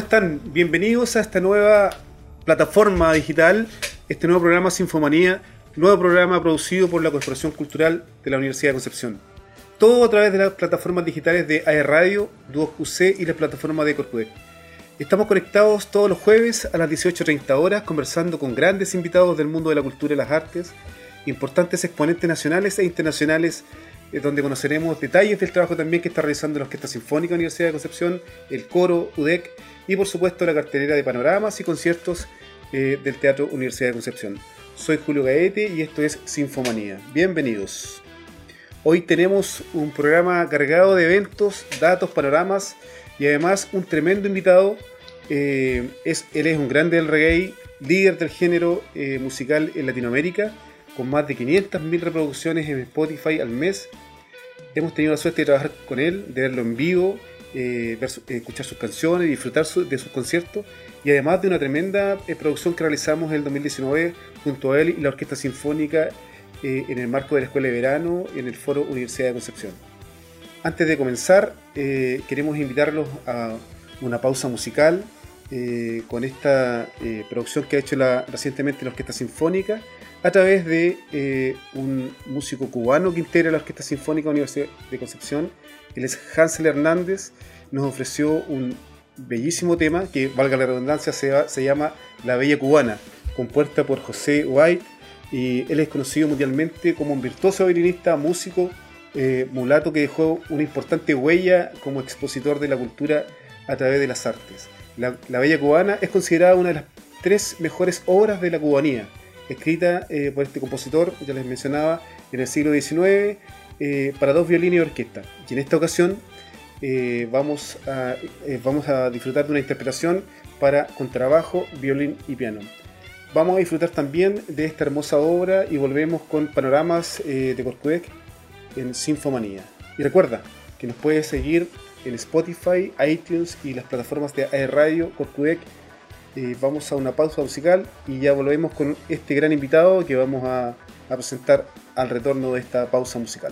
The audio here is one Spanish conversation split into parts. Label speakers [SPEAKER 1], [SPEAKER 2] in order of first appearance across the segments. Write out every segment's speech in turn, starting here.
[SPEAKER 1] están? Bienvenidos a esta nueva plataforma digital, este nuevo programa Sinfomanía, nuevo programa producido por la Corporación Cultural de la Universidad de Concepción. Todo a través de las plataformas digitales de AE Radio, Duoc UC y la plataforma de Corcudec. Estamos conectados todos los jueves a las 18:30 horas conversando con grandes invitados del mundo de la cultura y las artes, importantes exponentes nacionales e internacionales, donde conoceremos detalles del trabajo también que está realizando la Orquesta Sinfónica de la Universidad de Concepción, el Coro UDEC y por supuesto la cartelera de panoramas y conciertos del Teatro Universidad de Concepción. Soy Julio Gaete y esto es Sinfomanía. Bienvenidos. Hoy tenemos un programa cargado de eventos, datos, panoramas y además un tremendo invitado. Él es un grande del reggae, líder del género musical en Latinoamérica, con más de 500.000 reproducciones en Spotify al mes. Hemos tenido la suerte de trabajar con él, de verlo en vivo, escuchar sus canciones, disfrutar de sus conciertos y además de una tremenda producción que realizamos en el 2019 junto a él y la Orquesta Sinfónica en el marco de la Escuela de Verano en el Foro Universidad de Concepción. Antes de comenzar, queremos invitarlos a una pausa musical con esta producción que ha hecho recientemente la Orquesta Sinfónica a través de un músico cubano que integra la Orquesta Sinfónica de la Universidad de Concepción. Él es Hansel Hernández. Nos ofreció un bellísimo tema que, valga la redundancia, se llama La Bella Cubana, compuesta por José White, y él es conocido mundialmente como un virtuoso violinista, músico, mulato que dejó una importante huella como expositor de la cultura a través de las artes. La Bella Cubana es considerada una de las 3 mejores obras de la cubanía, escrita por este compositor, ya les mencionaba, en el siglo XIX, para 2 violines y orquesta. Y en esta ocasión vamos a disfrutar de una interpretación para contrabajo, violín y piano. Vamos a disfrutar también de esta hermosa obra y volvemos con panoramas de Corcudec en Sinfomanía. Y recuerda que nos puedes seguir en Spotify, iTunes y las plataformas de AE Radio, Corcudec. Vamos a una pausa musical y ya volvemos con este gran invitado que vamos a presentar al retorno de esta pausa musical.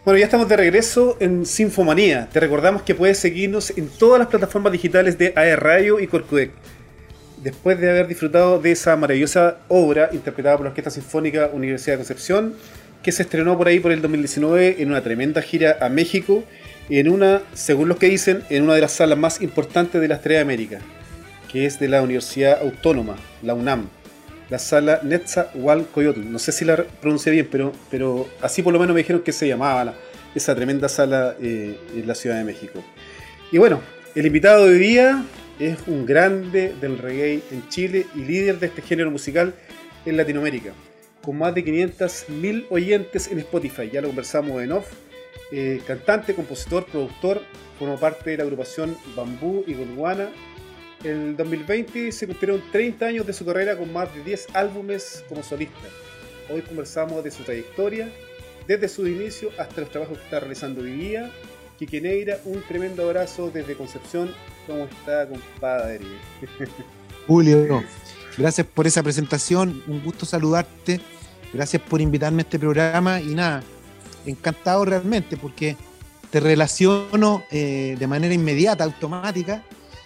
[SPEAKER 1] Bueno, ya estamos de regreso en Sinfomanía. Te recordamos que puedes seguirnos en todas las plataformas digitales de AE Radio y Corcudec. Después de haber disfrutado de esa maravillosa obra interpretada por la Orquesta Sinfónica Universidad de Concepción, que se estrenó por ahí por el 2019 en una tremenda gira a México, en una, según los que dicen, en una de las salas más importantes de las tres Américas, que es de la Universidad Autónoma, la UNAM, la sala Netzahualcoyotl. No sé si la pronuncié bien, pero así por lo menos me dijeron que se llamaba esa tremenda sala en la Ciudad de México. Y bueno, el invitado de hoy día es un grande del reggae en Chile y líder de este género musical en Latinoamérica, con más de 500.000 oyentes en Spotify. Ya lo conversamos en off. Cantante, compositor, productor, formó parte de la agrupación Bambú y Gondwana. En el 2020 se cumplieron 30 años de su carrera con más de 10 álbumes como solista. Hoy conversamos de su trayectoria, desde su inicio hasta los trabajos que está realizando hoy día. Quique Neira, un tremendo abrazo desde Concepción. ¿Cómo está, compadre?
[SPEAKER 2] Julio, gracias por esa presentación, un gusto saludarte, gracias por invitarme a este programa y nada, encantado realmente porque te relaciono de manera inmediata, automática,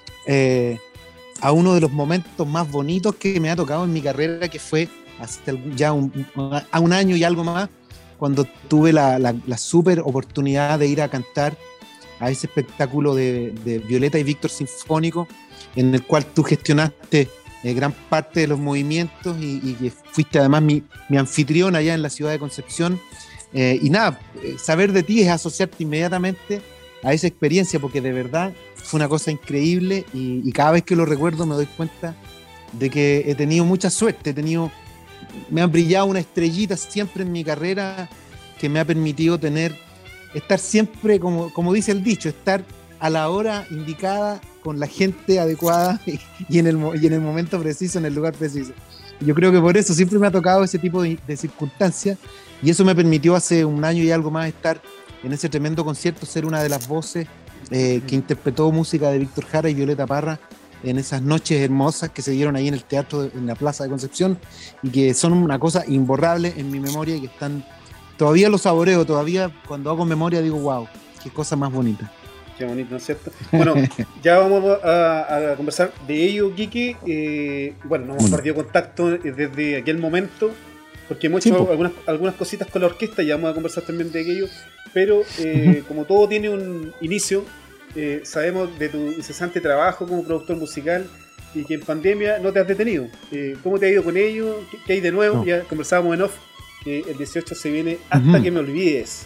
[SPEAKER 2] a uno de los momentos más bonitos que me ha tocado en mi carrera, que fue hace ya a un año y algo más, cuando tuve la súper oportunidad de ir a cantar a ese espectáculo de Violeta y Víctor Sinfónico, en el cual tú gestionaste gran parte de los movimientos y que fuiste además mi anfitrión allá en la ciudad de Concepción. Y nada, saber de ti es asociarte inmediatamente a esa experiencia, porque de verdad fue una cosa increíble y cada vez que lo recuerdo me doy cuenta de que he tenido mucha suerte, me ha brillado una estrellita siempre en mi carrera que me ha permitido estar siempre, como dice el dicho, estar a la hora indicada, con la gente adecuada y en el momento preciso, en el lugar preciso. Yo creo que por eso siempre me ha tocado ese tipo de circunstancias y eso me permitió hace un año y algo más estar en ese tremendo concierto, ser una de las voces que interpretó música de Víctor Jara y Violeta Parra en esas noches hermosas que se dieron ahí en el teatro, en la Plaza de Concepción, y que son una cosa imborrable en mi memoria y que todavía lo saboreo, todavía cuando hago memoria digo, wow, qué cosa más bonita.
[SPEAKER 1] Qué bonito, ¿no es cierto? Bueno, ya vamos a conversar de ello, Quique. Bueno, nos hemos perdido contacto desde aquel momento, porque hemos hecho algunas cositas con la orquesta, ya vamos a conversar también de aquello, pero como todo tiene un inicio, sabemos de tu incesante trabajo como productor musical y que en pandemia no te has detenido. ¿Cómo te ha ido con ello? ¿Qué hay de nuevo? No. Ya conversábamos en off, que el 18 se viene Hasta que me olvides.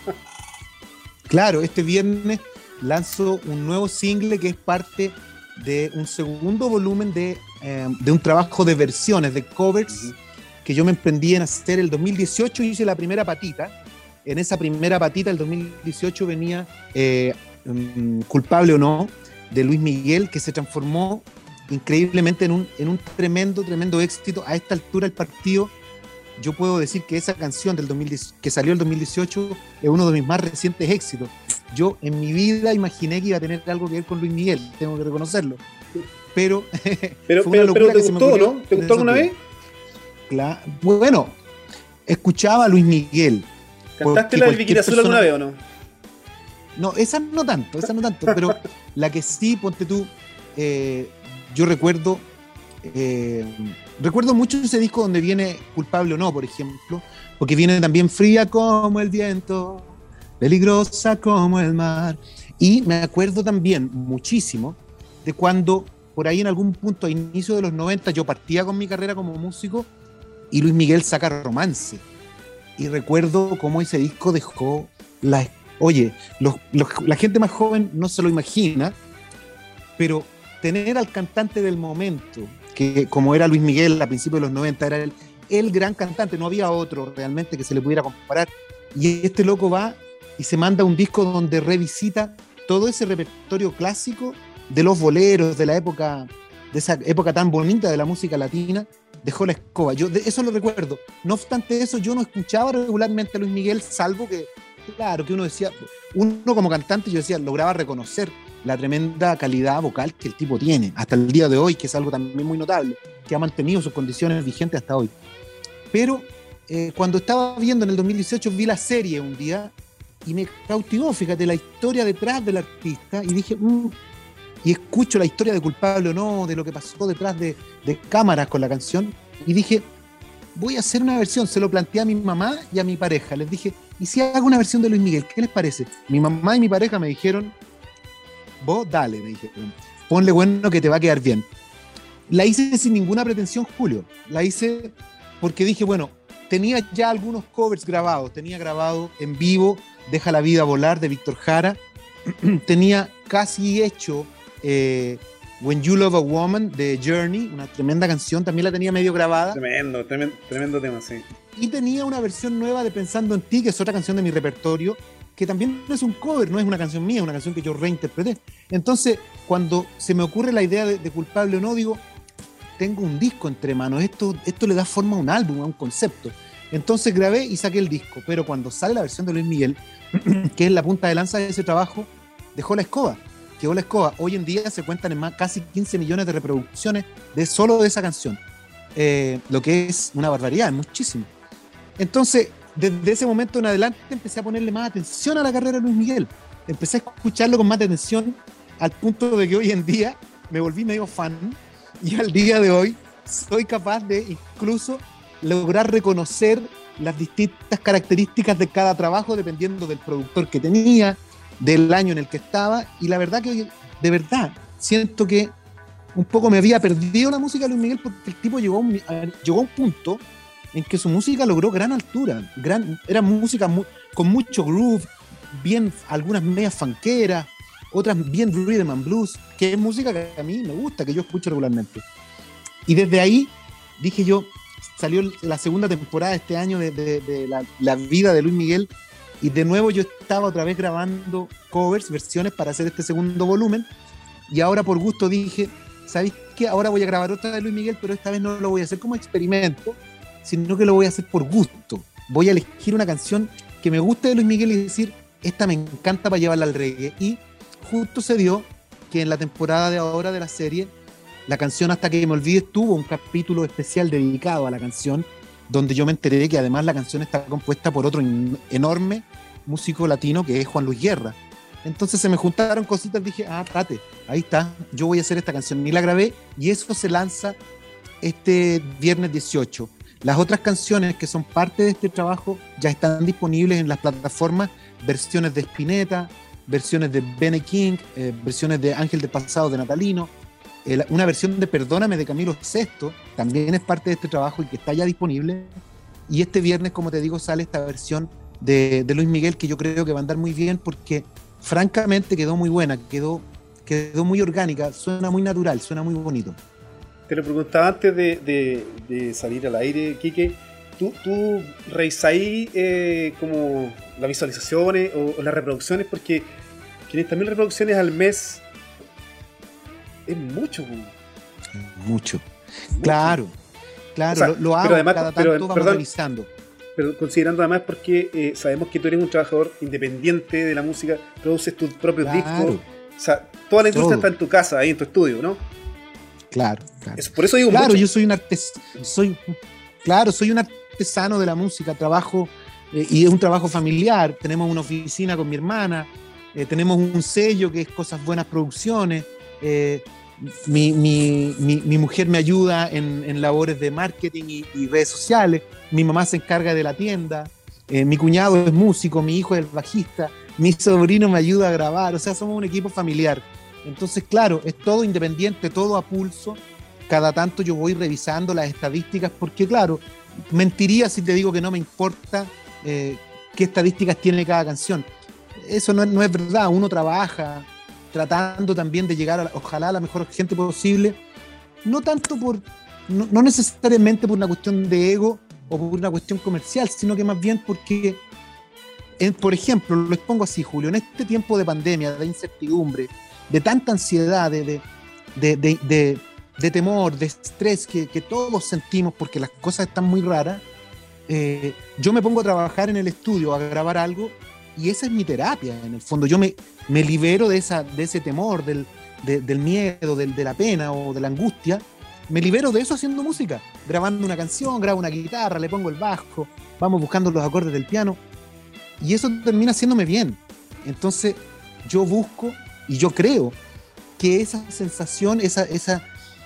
[SPEAKER 2] Claro, este viernes lanzo un nuevo single que es parte de un segundo volumen de un trabajo de versiones, de covers, que yo me emprendí en hacer el 2018. Hice la primera patita. En esa primera patita, el 2018, venía Culpable o No, de Luis Miguel, que se transformó increíblemente en un tremendo éxito. A esta altura del partido, yo puedo decir que esa canción que salió el 2018 es uno de mis más recientes éxitos. Yo en mi vida imaginé que iba a tener algo que ver con Luis Miguel, tengo que reconocerlo. Pero
[SPEAKER 1] fue una locura que se me ocurrió. ¿No? ¿Te gustó alguna vez?
[SPEAKER 2] Claro. Bueno, escuchaba a Luis Miguel.
[SPEAKER 1] ¿Cantaste la del Bikini Azul alguna vez o no?
[SPEAKER 2] No, esa no tanto, pero la que sí, ponte tú, yo recuerdo mucho ese disco donde viene Culpable o No, por ejemplo, porque viene también Fría como el viento, peligrosa como el mar, y me acuerdo también muchísimo de cuando por ahí en algún punto a inicio de los 90 yo partía con mi carrera como músico y Luis Miguel saca Romance, y recuerdo cómo ese disco dejó la gente más joven no se lo imagina, pero tener al cantante del momento, que como era Luis Miguel a principios de los 90, era el gran cantante, no había otro realmente que se le pudiera comparar, y este loco va y se manda un disco donde revisita todo ese repertorio clásico de los boleros, de esa época tan bonita de la música latina. Dejó la escoba, eso lo recuerdo. No obstante eso, yo no escuchaba regularmente a Luis Miguel, salvo que, claro, que uno como cantante, yo decía, lograba reconocer la tremenda calidad vocal que el tipo tiene, hasta el día de hoy, que es algo también muy notable, que ha mantenido sus condiciones vigentes hasta hoy. Pero cuando estaba viendo en el 2018, vi la serie un día, y me cautivó, fíjate, la historia detrás del artista, y dije, y escucho la historia de Culpable o No, de lo que pasó detrás de cámaras con la canción, y dije, voy a hacer una versión. Se lo planteé a mi mamá y a mi pareja, les dije, ¿y si hago una versión de Luis Miguel? ¿Qué les parece? Mi mamá y mi pareja me dijeron, vos dale, me dijeron, ponle bueno que te va a quedar bien. La hice sin ninguna pretensión, Julio, la hice porque dije, bueno, tenía ya algunos covers grabados, tenía grabado en vivo Deja la vida volar de Víctor Jara, tenía casi hecho When You Love a Woman de Journey, una tremenda canción, también la tenía medio grabada.
[SPEAKER 1] Tremendo tema, sí.
[SPEAKER 2] Y tenía una versión nueva de Pensando en Ti, que es otra canción de mi repertorio, que también no es un cover, no es una canción mía, es una canción que yo reinterpreté. Entonces, cuando se me ocurre la idea de Culpable o No, digo, tengo un disco entre manos, esto le da forma a un álbum, a un concepto. Entonces grabé y saqué el disco, pero cuando sale la versión de Luis Miguel, que es la punta de lanza de ese trabajo, quedó la escoba. Hoy en día se cuentan en casi 15 millones de reproducciones solo de esa canción, lo que es una barbaridad, es muchísimo. Entonces, desde ese momento en adelante empecé a ponerle más atención a la carrera de Luis Miguel, empecé a escucharlo con más atención, al punto de que hoy en día me volví medio fan, y al día de hoy soy capaz de incluso lograr reconocer las distintas características de cada trabajo dependiendo del productor que tenía, del año en el que estaba, y la verdad que de verdad siento que un poco me había perdido la música de Luis Miguel, porque el tipo llegó a un punto en que su música logró gran altura, era música con mucho groove, bien, algunas medias funkeras, otras bien rhythm and blues, que es música que a mí me gusta, que yo escucho regularmente. Y desde ahí dije yo, salió la segunda temporada de este año de la vida de Luis Miguel, y de nuevo yo estaba otra vez grabando covers, versiones para hacer este segundo volumen, y ahora por gusto dije, ¿sabéis qué? Ahora voy a grabar otra de Luis Miguel, pero esta vez no lo voy a hacer como experimento, sino que lo voy a hacer por gusto. Voy a elegir una canción que me guste de Luis Miguel y decir, esta me encanta para llevarla al reggae. Y justo se dio que en la temporada de ahora de la serie, la canción Hasta que me olvides tuvo un capítulo especial dedicado a la canción, donde yo me enteré que además la canción está compuesta por otro enorme músico latino que es Juan Luis Guerra. Entonces se me juntaron cositas, dije, trate, ahí está, yo voy a hacer esta canción. Y la grabé, y eso se lanza este viernes 18. Las otras canciones que son parte de este trabajo ya están disponibles en las plataformas, versiones de Spinetta, versiones de Benny King, versiones de Ángel del Pasado de Natalino, una versión de Perdóname de Camilo Sesto, también es parte de este trabajo y que está ya disponible. Y este viernes, como te digo, sale esta versión de Luis Miguel, que yo creo que va a andar muy bien, porque francamente quedó muy buena, quedó muy orgánica, suena muy natural, suena muy bonito.
[SPEAKER 1] Te lo preguntaba antes de salir al aire, Quique. ¿Tú revisáis como las visualizaciones o las reproducciones? Porque 500.000 reproducciones al mes es mucho.
[SPEAKER 2] Mucho. Claro. O sea, lo hago, además, cada tanto vamos revisando.
[SPEAKER 1] Pero considerando además porque sabemos que tú eres un trabajador independiente de la música, produces tus propios discos. O sea, toda la industria está en tu casa, ahí en tu estudio, ¿no?
[SPEAKER 2] Claro.
[SPEAKER 1] Por eso digo
[SPEAKER 2] mucho.
[SPEAKER 1] Yo
[SPEAKER 2] soy un artesano de la música, trabajo y es un trabajo familiar. Tenemos una oficina con mi hermana, tenemos un sello que es Cosas Buenas Producciones. Mi mujer me ayuda en labores de marketing y redes sociales. Mi mamá se encarga de la tienda. Mi cuñado es músico, mi hijo es el bajista, mi sobrino me ayuda a grabar. O sea, somos un equipo familiar. Entonces, claro, es todo independiente, todo a pulso. Cada tanto yo voy revisando las estadísticas, porque claro, mentiría si te digo que no me importa qué estadísticas tiene cada canción. Eso no es verdad. Uno trabaja tratando también de llegar ojalá a la mejor gente posible, no tanto no necesariamente por una cuestión de ego o por una cuestión comercial, sino que más bien porque, por ejemplo, lo expongo así, Julio, en este tiempo de pandemia, de incertidumbre, de tanta ansiedad, de temor, de estrés que todos sentimos porque las cosas están muy raras, yo me pongo a trabajar en el estudio, a grabar algo, y esa es mi terapia, en el fondo. Yo me libero de ese temor, del miedo, de la pena o de la angustia. Me libero de eso haciendo música, grabando una canción, grabo una guitarra, le pongo el bajo, vamos buscando los acordes del piano. y eso termina haciéndome bien. Entonces yo busco y yo creo que esa sensación, ese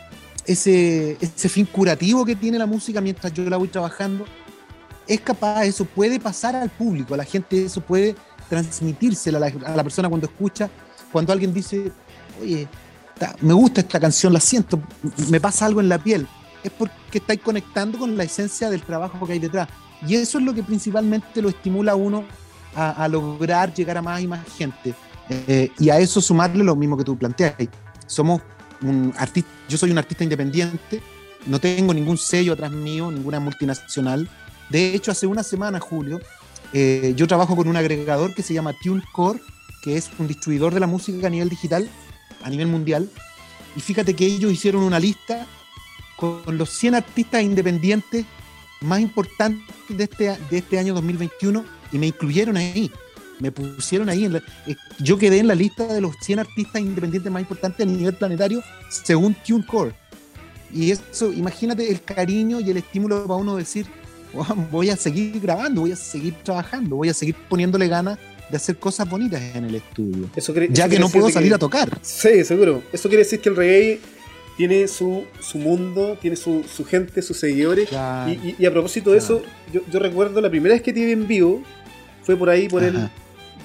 [SPEAKER 2] fin curativo que tiene la música mientras yo la voy trabajando, es capaz, eso puede pasar al público, a la gente, eso puede transmitírsela a la persona cuando escucha, cuando alguien dice, oye, me gusta esta canción, la siento, me pasa algo en la piel, es porque estáis conectando con la esencia del trabajo que hay detrás. Y eso es lo que principalmente lo estimula a uno a lograr llegar a más y más gente. Y a eso sumarle lo mismo que tú planteas. Somos un artista, yo soy un artista independiente, no tengo ningún sello atrás mío, ninguna multinacional. De hecho, hace una semana, Julio, yo trabajo con un agregador que se llama TuneCore, que es un distribuidor de la música a nivel digital, a nivel mundial. Y fíjate que ellos hicieron una lista con los 100 artistas independientes más importantes de este año 2021 y me incluyeron ahí. Me pusieron ahí. Yo quedé en la lista de los 100 artistas independientes más importantes a nivel planetario según TuneCore. Y eso, imagínate el cariño y el estímulo para uno decir, oh, voy a seguir grabando, voy a seguir trabajando, voy a seguir poniéndole ganas de hacer cosas bonitas en el estudio. Ya que no puedo salir a tocar.
[SPEAKER 1] Sí, seguro. Eso quiere decir que el reggae tiene su mundo, tiene su gente, sus seguidores. Claro. Y a propósito de eso, yo recuerdo la primera vez que te vi en vivo, fue por ahí, por el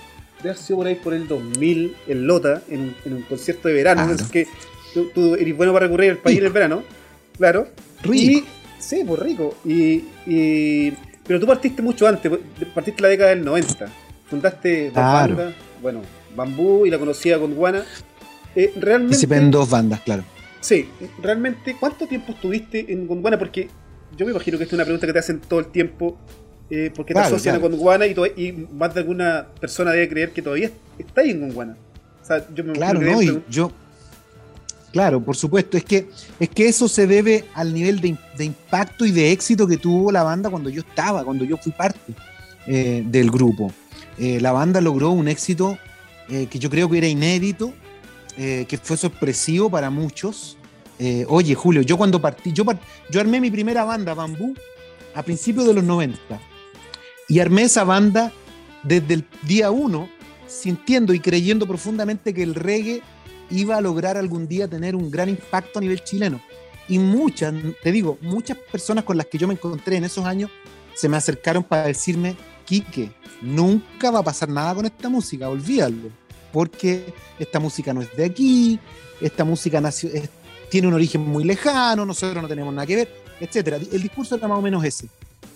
[SPEAKER 1] 2000, en Lota, en un concierto de verano. Claro. Es que tú eres bueno para recorrer el país en el verano. Claro.
[SPEAKER 2] Rico.
[SPEAKER 1] Sí, pues rico. Pero tú partiste mucho antes, partiste la década del 90. Fundaste dos bandas, bueno, Bambú y la conocida Gondwana. Realmente.
[SPEAKER 2] Participé en 2 bandas, claro.
[SPEAKER 1] Sí, realmente, ¿cuánto tiempo estuviste en Gondwana? Porque yo me imagino que esta es una pregunta que te hacen todo el tiempo, porque te asocian a Gondwana y más de alguna persona debe creer que todavía está ahí en Gondwana. O sea, yo me
[SPEAKER 2] claro, no, y yo. Claro, por supuesto, es que eso se debe al nivel de impacto y de éxito que tuvo la banda cuando yo fui parte del grupo. La banda logró un éxito que yo creo que era inédito, que fue sorpresivo para muchos. Oye, Julio, yo cuando partí, yo armé mi primera banda, Bambú, a principios de los 90, y armé esa banda desde el día 1, sintiendo y creyendo profundamente que el reggae iba a lograr algún día tener un gran impacto a nivel chileno. Y muchas personas con las que yo me encontré en esos años se me acercaron para decirme, Quique, nunca va a pasar nada con esta música, olvídalo, porque esta música no es de aquí, esta música tiene un origen muy lejano, nosotros no tenemos nada que ver, etc. El discurso era más o menos ese.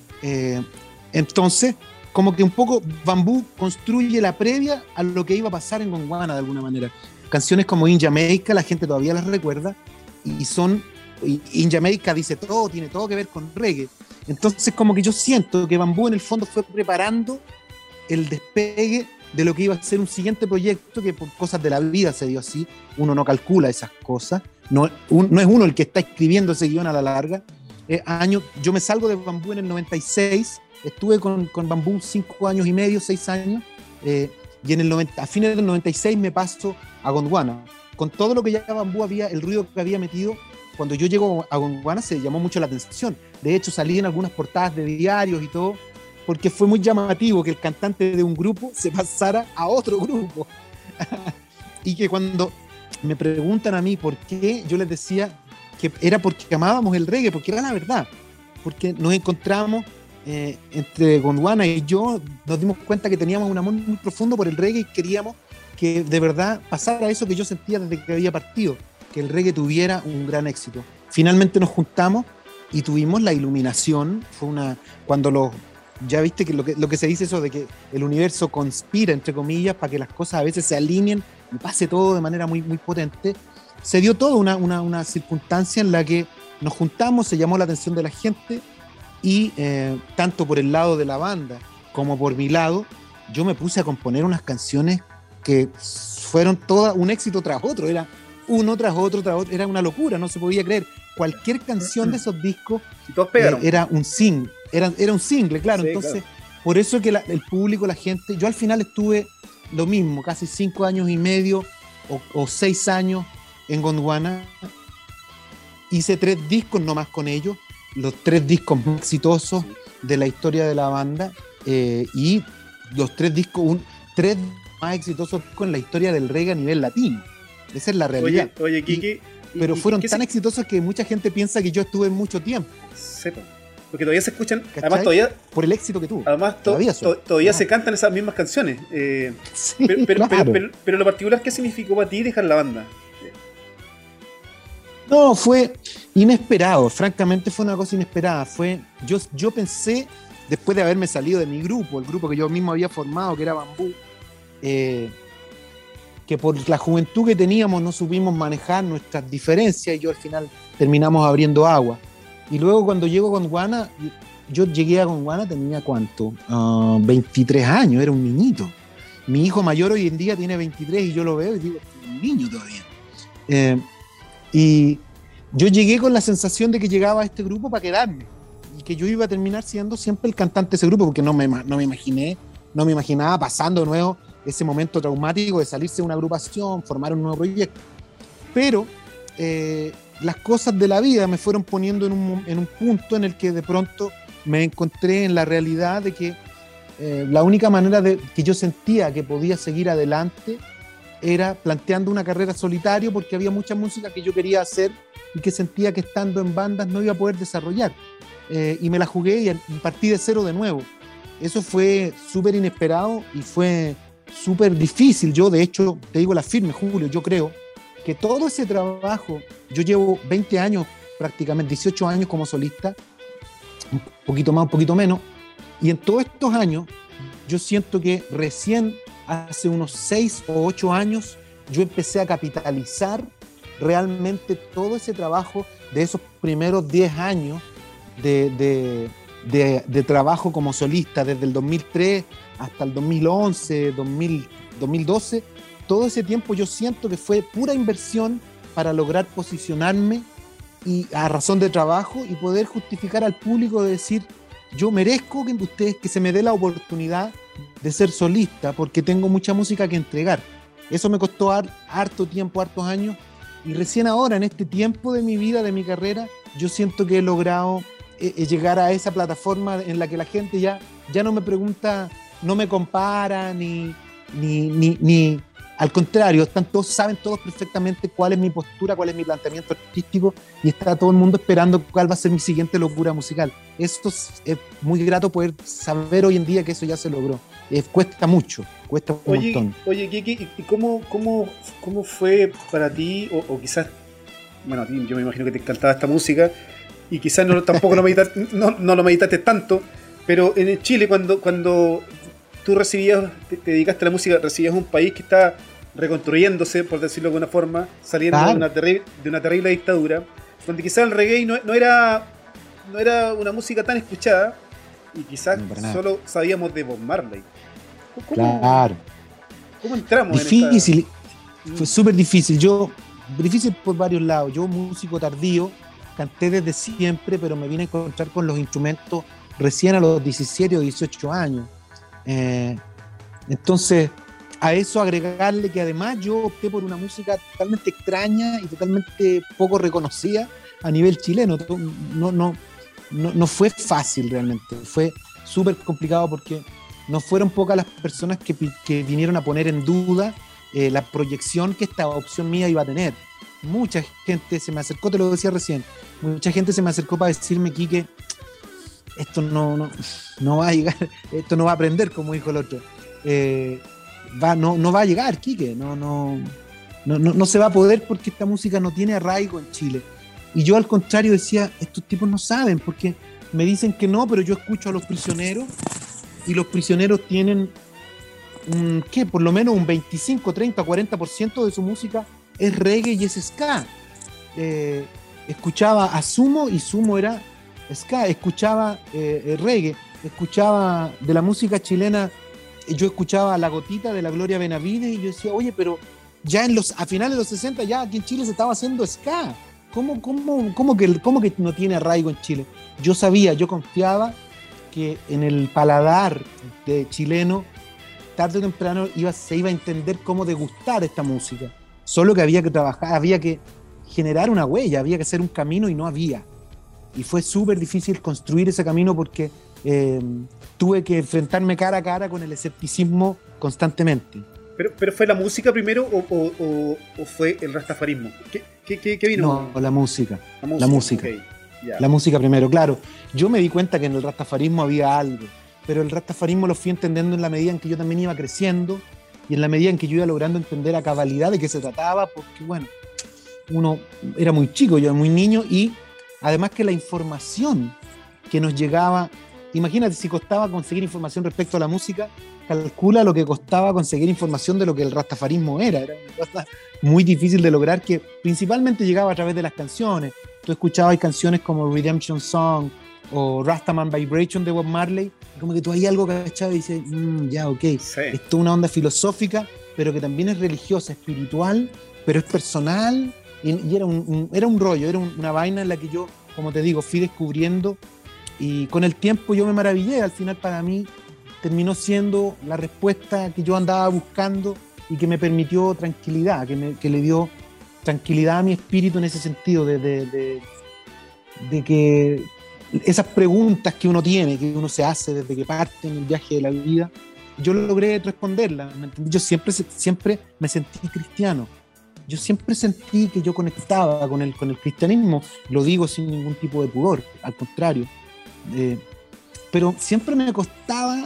[SPEAKER 2] Entonces, como que un poco Bambú construye la previa a lo que iba a pasar en Gondwana de alguna manera. Canciones como In Jamaica, la gente todavía las recuerda, y In Jamaica dice todo, tiene todo que ver con reggae. Entonces como que yo siento que Bambú en el fondo fue preparando el despegue de lo que iba a ser un siguiente proyecto que por cosas de la vida se dio así, uno no calcula esas cosas, no es uno el que está escribiendo ese guión a la larga. Yo me salgo de Bambú en el 96, estuve con Bambú 5 años y medio, 6 años, y a fines del 96 me paso a Gondwana. Con todo lo que ya Bambú el ruido que había metido, cuando yo llego a Gondwana se llamó mucho la atención. De hecho, salí en algunas portadas de diarios y todo, porque fue muy llamativo que el cantante de un grupo se pasara a otro grupo. Y que cuando me preguntan a mí por qué, yo les decía que era porque amábamos el reggae, porque era la verdad. Porque nos encontramos entre Gondwana y yo, nos dimos cuenta que teníamos un amor muy profundo por el reggae y queríamos que de verdad pasara eso que yo sentía desde que había partido, que el reggae tuviera un gran éxito. Finalmente nos juntamos y tuvimos la iluminación. Ya viste que lo que se dice eso de que el universo conspira, entre comillas, para que las cosas a veces se alineen y pase todo de manera muy, muy potente. Se dio toda una circunstancia en la que nos juntamos, se llamó la atención de la gente y tanto por el lado de la banda como por mi lado, yo me puse a componer unas canciones que fueron todas un éxito tras otro, era uno tras otro, era una locura, no se podía creer. Cualquier canción de esos discos era un single, era un single, claro. Sí, entonces, claro. Por eso que el público, la gente, yo al final estuve lo mismo, casi 5 años y medio o 6 años en Gondwana. Hice 3 discos nomás con ellos, los 3 discos más exitosos de la historia de la banda, y los tres discos, tres más exitosos discos en la historia del reggae a nivel latino. Esa es la realidad.
[SPEAKER 1] Oye, Kiki.
[SPEAKER 2] Pero fueron tan exitosos que mucha gente piensa que yo estuve mucho tiempo.
[SPEAKER 1] Sepa. Porque todavía se escuchan,
[SPEAKER 2] ¿cachai?
[SPEAKER 1] además todavía...
[SPEAKER 2] Por el éxito que tuvo.
[SPEAKER 1] Además todavía se cantan esas mismas canciones.
[SPEAKER 2] Sí,
[SPEAKER 1] pero lo particular, ¿qué significó para ti dejar la banda?
[SPEAKER 2] No, fue inesperado, francamente fue una cosa inesperada. Yo pensé, después de haberme salido de mi grupo, el grupo que yo mismo había formado, que era Bambú, que por la juventud que teníamos no supimos manejar nuestras diferencias y yo al final terminamos abriendo agua. Y luego cuando llego a Gondwana, yo llegué a Gondwana, tenía ¿cuánto? 23 años, era un niñito. Mi hijo mayor hoy en día tiene 23 y yo lo veo y digo, un niño todavía. Y yo llegué con la sensación de que llegaba a este grupo para quedarme y que yo iba a terminar siendo siempre el cantante de ese grupo, porque no me imaginaba pasando de nuevo ese momento traumático de salirse de una agrupación, formar un nuevo proyecto. Pero las cosas de la vida me fueron poniendo en un punto en el que de pronto me encontré en la realidad de que la única manera que yo sentía que podía seguir adelante era planteando una carrera solitario, porque había mucha música que yo quería hacer y que sentía que estando en bandas no iba a poder desarrollar. Y me la jugué y partí de cero de nuevo. Eso fue súper inesperado y fue súper difícil. Yo, de hecho, te digo la firme, Julio, yo creo que todo ese trabajo, yo llevo 20 años, prácticamente 18 años como solista, un poquito más, un poquito menos, y en todos estos años yo siento que recién hace unos 6 o 8 años yo empecé a capitalizar realmente todo ese trabajo de esos primeros 10 años de trabajo como solista, desde el 2003 hasta el 2011, 2012. Todo ese tiempo yo siento que fue pura inversión para lograr posicionarme y a razón de trabajo y poder justificar al público de decir, yo merezco que se me dé la oportunidad de ser solista porque tengo mucha música que entregar. Eso me costó harto tiempo, hartos años, y recién ahora, en este tiempo de mi vida, de mi carrera, yo siento que he logrado llegar a esa plataforma en la que la gente ya no me pregunta, no me compara, ni al contrario, saben todos perfectamente cuál es mi postura, cuál es mi planteamiento artístico, y está todo el mundo esperando cuál va a ser mi siguiente locura musical. Esto es muy grato poder saber hoy en día que eso ya se logró. Cuesta mucho, cuesta un montón.
[SPEAKER 1] Oye, Kiki, ¿y cómo fue para ti, o quizás, bueno, a ti yo me imagino que te encantaba esta música, y quizás tampoco lo meditaste tanto, pero en Chile cuando tú te dedicaste a la música, recibías un país que está reconstruyéndose, por decirlo de alguna forma, saliendo de una terrible dictadura, donde quizás el reggae no era una música tan escuchada, y quizás solo sabíamos de Bob Marley.
[SPEAKER 2] Claro.
[SPEAKER 1] ¿Cómo entramos
[SPEAKER 2] difícil,
[SPEAKER 1] en esta...?
[SPEAKER 2] Fue súper difícil. Difícil por varios lados. Yo, músico tardío, canté desde siempre, pero me vine a encontrar con los instrumentos recién a los 17 o 18 años. Entonces, a eso agregarle que además yo opté por una música totalmente extraña y totalmente poco reconocida a nivel chileno. No fue fácil realmente, fue súper complicado porque no fueron pocas las personas que vinieron a poner en duda la proyección que esta opción mía iba a tener. Mucha gente se me acercó, te lo decía recién, mucha gente se me acercó para decirme, Quique, esto no va a llegar, esto no va a aprender, como dijo el otro. No va a llegar, Quique, no se va a poder porque esta música no tiene arraigo en Chile. Y yo al contrario decía, estos tipos no saben, porque me dicen que no, pero yo escucho a Los Prisioneros, y Los Prisioneros tienen por lo menos un 25, 30, 40% de su música es reggae y es ska. Escuchaba a Sumo y Sumo era ska, escuchaba reggae, escuchaba de la música chilena, yo escuchaba La Gotita de la Gloria Benavides, y yo decía, oye, pero ya a finales de los 60 ya aquí en Chile se estaba haciendo ska. ¿Cómo que no tiene arraigo en Chile? Yo confiaba que en el paladar de chileno, tarde o temprano se iba a entender cómo degustar esta música. Solo que había que trabajar, había que generar una huella, había que hacer un camino, y no había. Y fue súper difícil construir ese camino porque tuve que enfrentarme cara a cara con el escepticismo constantemente.
[SPEAKER 1] ¿Pero fue la música primero o fue el rastafarismo? ¿Qué vino?
[SPEAKER 2] No, la música.
[SPEAKER 1] La música.
[SPEAKER 2] Okay, yeah. La música primero, claro. Yo me di cuenta que en el rastafarismo había algo, pero el rastafarismo lo fui entendiendo en la medida en que yo también iba creciendo y en la medida en que yo iba logrando entender a cabalidad de qué se trataba, porque bueno, uno era muy chico, yo era muy niño, y además que la información que nos llegaba, imagínate si costaba conseguir información respecto a la música, calcula lo que costaba conseguir información de lo que el rastafarismo era una cosa muy difícil de lograr, que principalmente llegaba a través de las canciones. Tú escuchabas canciones como Redemption Song o Rastaman Vibration de Bob Marley, como que tú hay algo que cachabas y dices, ya, ok, sí. Esto es una onda filosófica, pero que también es religiosa, espiritual, pero es personal, y era un rollo, era una vaina en la que yo, como te digo, fui descubriendo, y con el tiempo yo me maravillé. Al final, para mí terminó siendo la respuesta que yo andaba buscando y que me permitió tranquilidad, que le dio tranquilidad a mi espíritu en ese sentido, de que esas preguntas que uno tiene, que uno se hace desde que parte en el viaje de la vida, yo logré responderlas. Yo siempre me sentí cristiano. Yo siempre sentí que yo conectaba con el cristianismo. Lo digo sin ningún tipo de pudor, al contrario. Pero siempre me costaba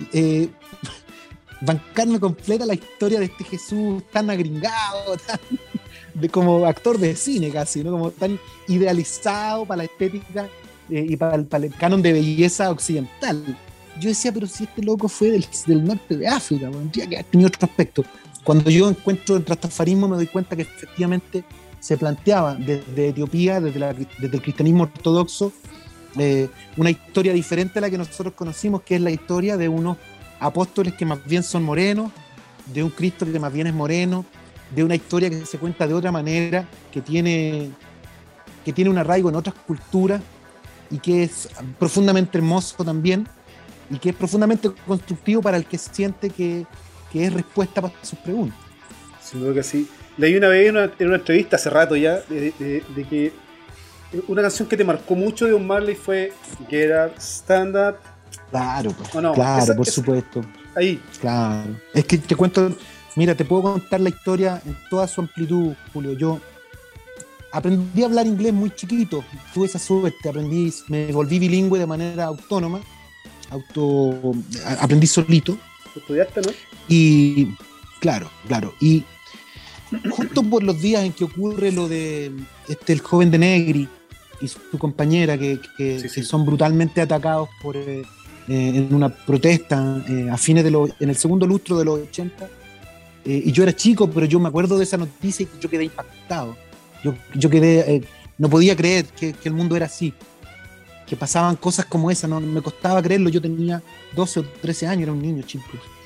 [SPEAKER 2] bancarme completa la historia de este Jesús tan agringado, como actor de cine casi, ¿no? Como tan idealizado para la estética y para el canon de belleza occidental. Yo decía, pero si este loco fue del norte de África, tendría que haber tenido otro aspecto. Cuando yo encuentro el rastafarismo me doy cuenta que efectivamente se planteaba desde Etiopía, desde el cristianismo ortodoxo, una historia diferente a la que nosotros conocimos, que es la historia de unos apóstoles que más bien son morenos, de un Cristo que más bien es moreno, de una historia que se cuenta de otra manera, que tiene un arraigo en otras culturas y que es profundamente hermoso también y que es profundamente constructivo para el que siente que es respuesta para sus preguntas.
[SPEAKER 1] Sin duda que sí. Leí una vez en una entrevista hace rato ya de que una canción que te marcó mucho de Bob Marley fue Get Up, Stand Up.
[SPEAKER 2] Claro, no, claro, por supuesto.
[SPEAKER 1] Ahí.
[SPEAKER 2] Claro. Es que te cuento, mira, te puedo contar la historia en toda su amplitud, Julio. Yo aprendí a hablar inglés muy chiquito, tuve esa suerte, me volví bilingüe de manera autónoma, aprendí solito.
[SPEAKER 1] ¿Estudiaste, no?
[SPEAKER 2] Y claro. Y justo por los días en que ocurre lo de el joven de Negri y su compañera que son brutalmente atacados en una protesta a fines en el segundo lustro de los 80, y yo era chico, pero yo me acuerdo de esa noticia y yo quedé impactado. Yo quedé, no podía creer que el mundo era así, que pasaban cosas como esa, no me costaba creerlo. Yo tenía 12 o 13 años, era un niño chico.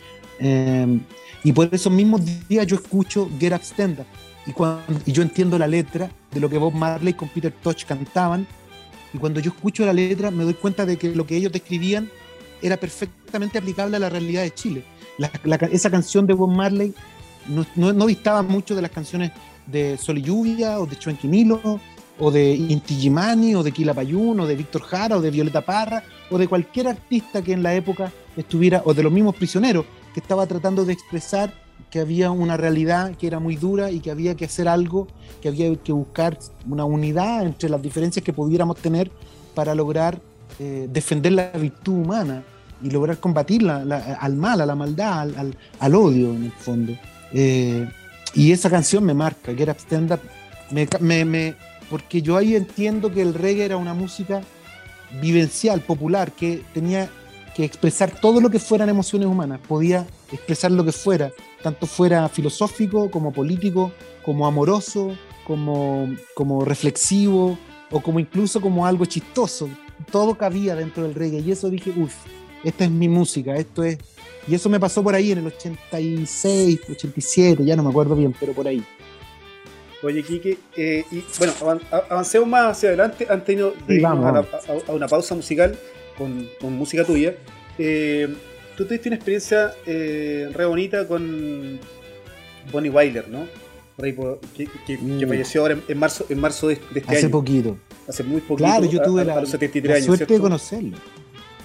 [SPEAKER 2] Y por esos mismos días yo escucho Get Up, Stand Up, y yo entiendo la letra de lo que Bob Marley con Peter Tosh cantaban, y cuando yo escucho la letra me doy cuenta de que lo que ellos describían era perfectamente aplicable a la realidad de Chile. Esa canción de Bob Marley no distaba mucho de las canciones de Sol y Lluvia, o de Chuenquimilo, o de Inti Illimani, o de Quilapayún, o de Víctor Jara, o de Violeta Parra, o de cualquier artista que en la época estuviera, o de los mismos Prisioneros, que estaba tratando de expresar que había una realidad que era muy dura y que había que hacer algo, que había que buscar una unidad entre las diferencias que pudiéramos tener para lograr defender la virtud humana y lograr combatir al mal, a la maldad, al odio en el fondo. Y esa canción me marca, Get Up, Stand Up, porque yo ahí entiendo que el reggae era una música vivencial, popular, que tenía que expresar todo lo que fueran emociones humanas, podía expresar lo que fuera, tanto fuera filosófico, como político, como amoroso, como reflexivo, o como incluso como algo chistoso. Todo cabía dentro del reggae, y eso dije, esta es mi música, esto es... Y eso me pasó por ahí en el 86, 87, ya no me acuerdo bien, pero por ahí.
[SPEAKER 1] Oye, Quique, y bueno, avancemos más hacia adelante antes de irnos a una pausa musical con música tuya. Tú tuviste una experiencia re bonita con Bonnie Wyler, ¿no? Por ahí, que falleció ahora en marzo de este año.
[SPEAKER 2] Hace poquito.
[SPEAKER 1] Hace muy poquito.
[SPEAKER 2] Claro, yo tuve la
[SPEAKER 1] los 73 años,
[SPEAKER 2] suerte
[SPEAKER 1] ¿cierto?
[SPEAKER 2] de conocerlo.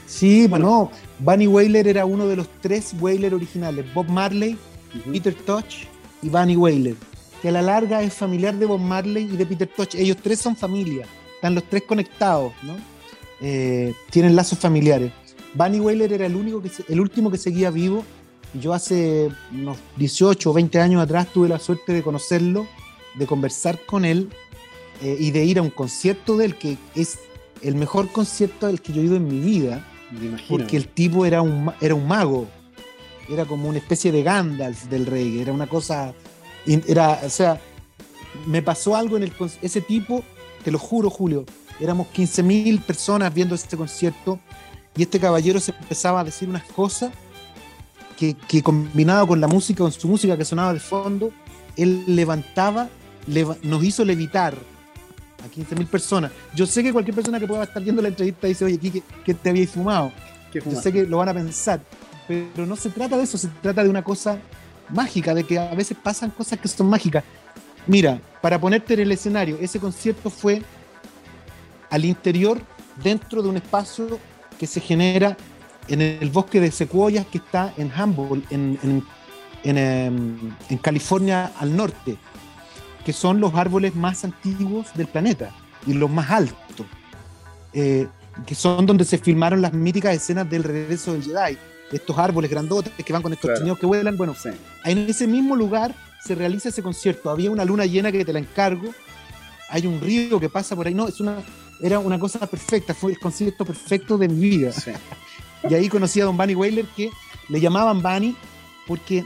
[SPEAKER 2] Sí, bueno, Bunny Wailer era uno de los 3 Wailer originales, Bob Marley, Peter Tosh y Bunny Wailer, que a la larga es familiar de Bob Marley y de Peter Tosh. Ellos 3 son familia, están los 3 conectados, ¿no? Tienen lazos familiares. Bunny Wailer era el último que seguía vivo. Yo hace unos 18 o 20 años atrás tuve la suerte de conocerlo, de conversar con él y de ir a un concierto de él, que es el mejor concierto al que yo he ido en mi vida, porque el tipo era un mago, era como una especie de Gandalf del reggae, era una cosa, o sea, me pasó algo en ese tipo, te lo juro, Julio, éramos 15.000 personas viendo este concierto y este caballero se empezaba a decir unas cosas que combinado con la música, con su música que sonaba de fondo, él nos hizo levitar a 15.000 personas. Yo sé que cualquier persona que pueda estar viendo la entrevista dice, oye, aquí, ¿qué te habíais fumado? Yo sé que lo van a pensar, pero no se trata de eso, se trata de una cosa mágica, de que a veces pasan cosas que son mágicas. Mira, para ponerte en el escenario, ese concierto fue al interior, dentro de un espacio que se genera en el bosque de secuoyas que está en Humboldt, en California al norte, que son los árboles más antiguos del planeta y los más altos, que son donde se filmaron las míticas escenas del regreso del Jedi, estos árboles grandotes que van con estos chineos que vuelan. Bueno, sí. En ese mismo lugar se realiza ese concierto. Había una luna llena que te la encargo, hay un río que pasa por ahí. No, era una cosa perfecta, fue el concierto perfecto de mi vida. Sí. Y ahí conocí a don Bunny Wailer, que le llamaban Bunny porque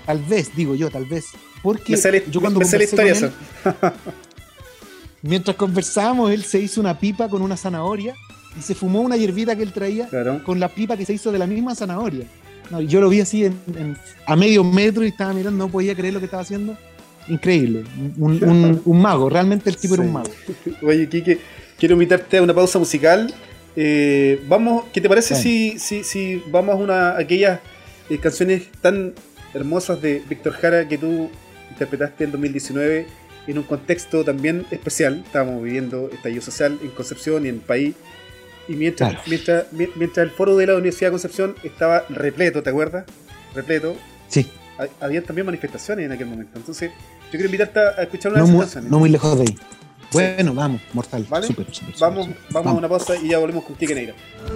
[SPEAKER 2] porque yo cuando conversé con él, mientras conversábamos, él se hizo una pipa con una zanahoria y se fumó una hierbita que él traía con la pipa que se hizo de la misma zanahoria. No, yo lo vi así a medio metro y estaba mirando, no podía creer lo que estaba haciendo. Increíble, un mago, realmente el tipo era un mago.
[SPEAKER 1] Oye, Quique, quiero invitarte a una pausa musical. ¿Qué te parece si vamos a aquellas canciones tan hermosas de Víctor Jara que tú interpretaste en 2019 en un contexto también especial? Estábamos viviendo estallido social en Concepción y en el país, y mientras el foro de la Universidad de Concepción estaba repleto, ¿te acuerdas? Repleto.
[SPEAKER 2] Sí.
[SPEAKER 1] Había también manifestaciones en aquel momento. Entonces yo quiero invitarte a escuchar una de esas canciones.
[SPEAKER 2] No muy lejos de ahí. Bueno, vamos, mortal.
[SPEAKER 1] ¿Vale?
[SPEAKER 2] Súper.
[SPEAKER 1] Vamos a una pausa y ya volvemos con Quique Neira.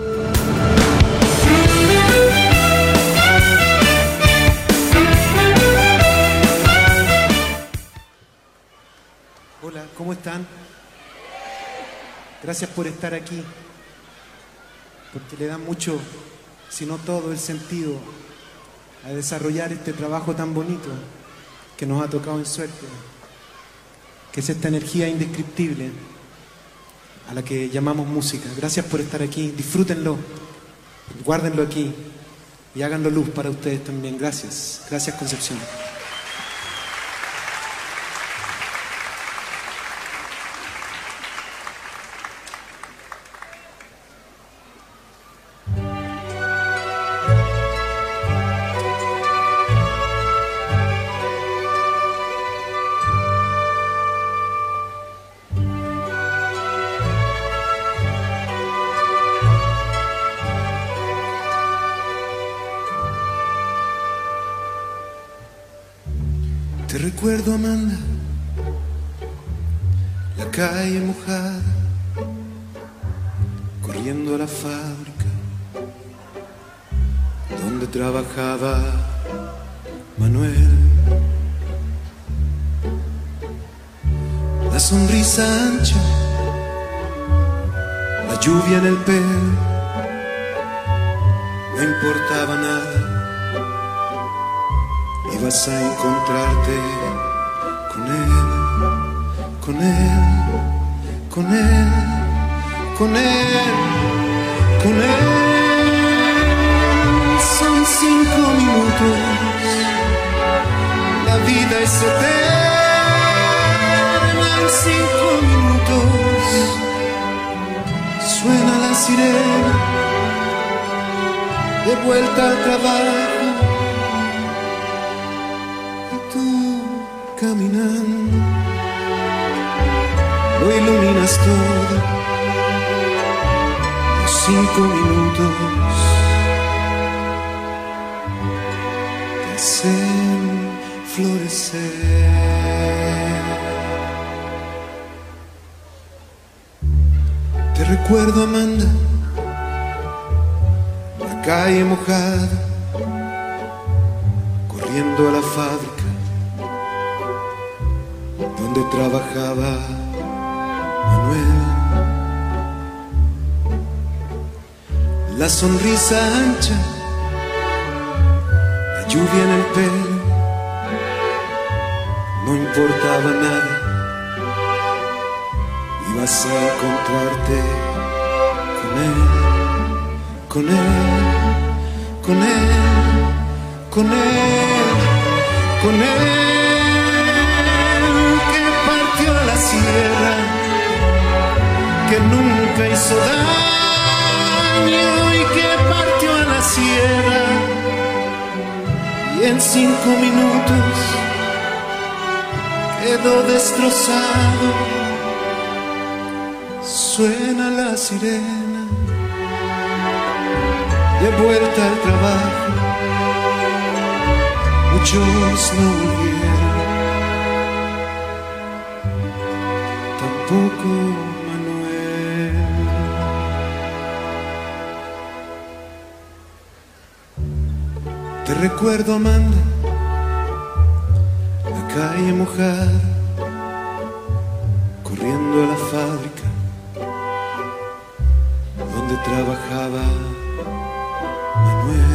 [SPEAKER 2] Hola, ¿cómo están? Gracias por estar aquí, porque le da mucho, si no todo, el sentido a desarrollar este trabajo tan bonito que nos ha tocado en suerte, que es esta energía indescriptible a la que llamamos música. Gracias por estar aquí, disfrútenlo, guárdenlo aquí y háganlo luz para ustedes también. Gracias Concepción.
[SPEAKER 3] Te recuerdo, Amanda, la calle mojada, corriendo a la fábrica donde trabajaba Manuel. La sonrisa ancha, la lluvia en el pelo, no importaba nada. Ibas a encontrarte con él, con él, con él, con él, con él. Son 5 minutos, la vida es eterna en 5 minutos. Suena la sirena, de vuelta al trabajo. Caminando, lo iluminas todo, los 5 minutos te hacen florecer. Te recuerdo, Amanda, la calle mojada, corriendo a la fábrica donde trabajaba Manuel. La sonrisa ancha, la lluvia en el pelo, no importaba nada, ibas a encontrarte con él, con él, con él, con él, con él, que partió a la sierra, que nunca hizo daño y que partió a la sierra, y en 5 minutos quedó destrozado. Suena la sirena, de vuelta al trabajo, muchos no volvieron, tampoco Manuel. Te recuerdo, Amanda, la calle mojada, corriendo a la fábrica donde trabajaba Manuel.